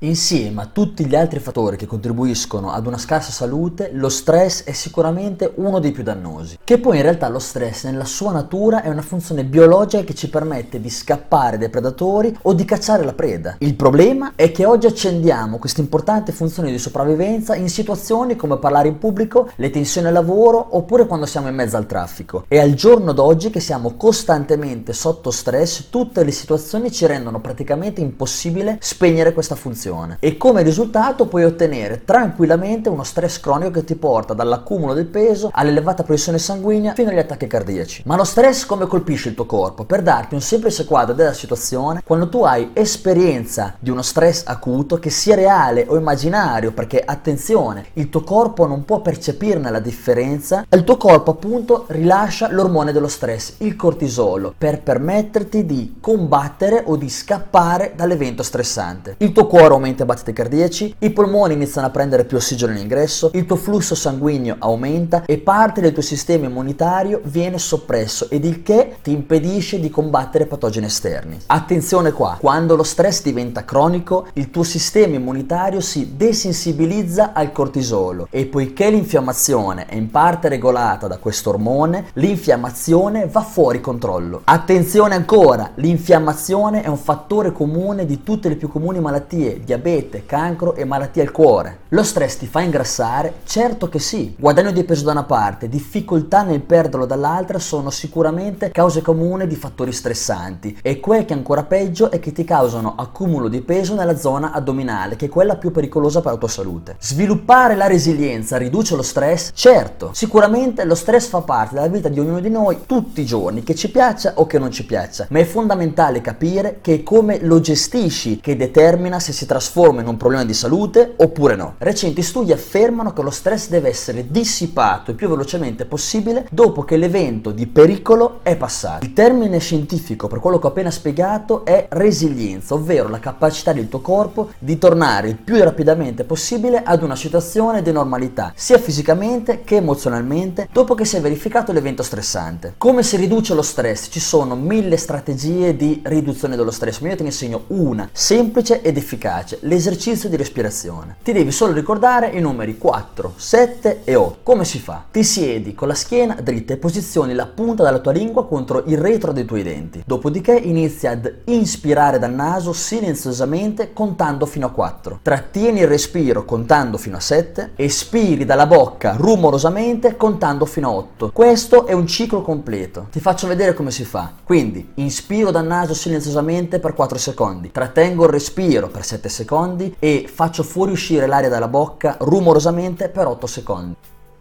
Insieme a tutti gli altri fattori che contribuiscono ad una scarsa salute, lo stress è sicuramente uno dei più dannosi. Che poi in realtà lo stress nella sua natura è una funzione biologica che ci permette di scappare dai predatori o di cacciare la preda. Il problema è che oggi accendiamo questa importante funzione di sopravvivenza in situazioni come parlare in pubblico, le tensioni al lavoro oppure quando siamo in mezzo al traffico. E al giorno d'oggi che siamo costantemente sotto stress, tutte le situazioni ci rendono praticamente impossibile spegnere questa funzione. E come risultato puoi ottenere tranquillamente uno stress cronico che ti porta dall'accumulo del peso all'elevata pressione sanguigna fino agli attacchi cardiaci. Ma lo stress come colpisce il tuo corpo? Per darti un semplice quadro della situazione, quando tu hai esperienza di uno stress acuto, che sia reale o immaginario, perché attenzione, il tuo corpo non può percepirne la differenza, il tuo corpo appunto rilascia l'ormone dello stress, il cortisolo, per permetterti di combattere o di scappare dall'evento stressante. Il tuo cuore aumenta i battiti cardiaci, i polmoni iniziano a prendere più ossigeno all'ingresso, il tuo flusso sanguigno aumenta e parte del tuo sistema immunitario viene soppresso ed il che ti impedisce di combattere patogeni esterni. Attenzione qua, quando lo stress diventa cronico, il tuo sistema immunitario si desensibilizza al cortisolo e poiché l'infiammazione è in parte regolata da questo ormone, l'infiammazione va fuori controllo. Attenzione ancora, l'infiammazione è un fattore comune di tutte le più comuni malattie, diabete, cancro e malattie al cuore. Lo stress ti fa ingrassare? Certo che sì. Guadagno di peso da una parte, difficoltà nel perderlo dall'altra sono sicuramente cause comuni di fattori stressanti e quel che è ancora peggio è che ti causano accumulo di peso nella zona addominale, che è quella più pericolosa per la tua salute. Sviluppare la resilienza riduce lo stress? Certo. Sicuramente lo stress fa parte della vita di ognuno di noi tutti i giorni, che ci piaccia o che non ci piaccia, ma è fondamentale capire che è come lo gestisci che determina se si trasforma in un problema di salute oppure no. Recenti studi affermano che lo stress deve essere dissipato il più velocemente possibile dopo che l'evento di pericolo è passato. Il termine scientifico per quello che ho appena spiegato è resilienza, ovvero la capacità del tuo corpo di tornare il più rapidamente possibile ad una situazione di normalità, sia fisicamente che emozionalmente, dopo che si è verificato l'evento stressante. Come si riduce lo stress? Ci sono 1000 strategie di riduzione dello stress, ma io te ne insegno una semplice ed efficace: l'esercizio di respirazione. Ti devi solo ricordare i numeri 4, 7 e 8. Come si fa? Ti siedi con la schiena dritta e posizioni la punta della tua lingua contro il retro dei tuoi denti. Dopodiché inizi ad inspirare dal naso silenziosamente contando fino a 4. Trattieni il respiro contando fino a 7. Espiri dalla bocca rumorosamente contando fino a 8. Questo è un ciclo completo. Ti faccio vedere come si fa. Quindi inspiro dal naso silenziosamente per 4 secondi. Trattengo il respiro per 7 secondi e faccio fuoriuscire l'aria dalla bocca rumorosamente per 8 secondi.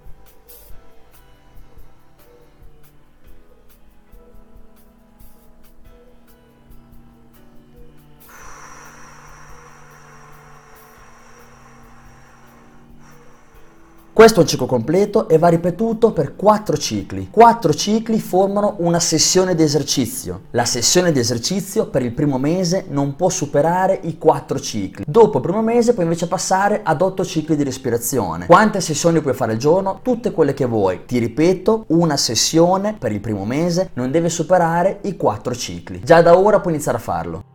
Questo è un ciclo completo e va ripetuto per 4 cicli. 4 cicli formano una sessione di esercizio. La sessione di esercizio per il primo mese non può superare i 4 cicli. Dopo il primo mese puoi invece passare ad 8 cicli di respirazione. Quante sessioni puoi fare al giorno? Tutte quelle che vuoi. Ti ripeto, una sessione per il primo mese non deve superare i 4 cicli. Già da ora puoi iniziare a farlo.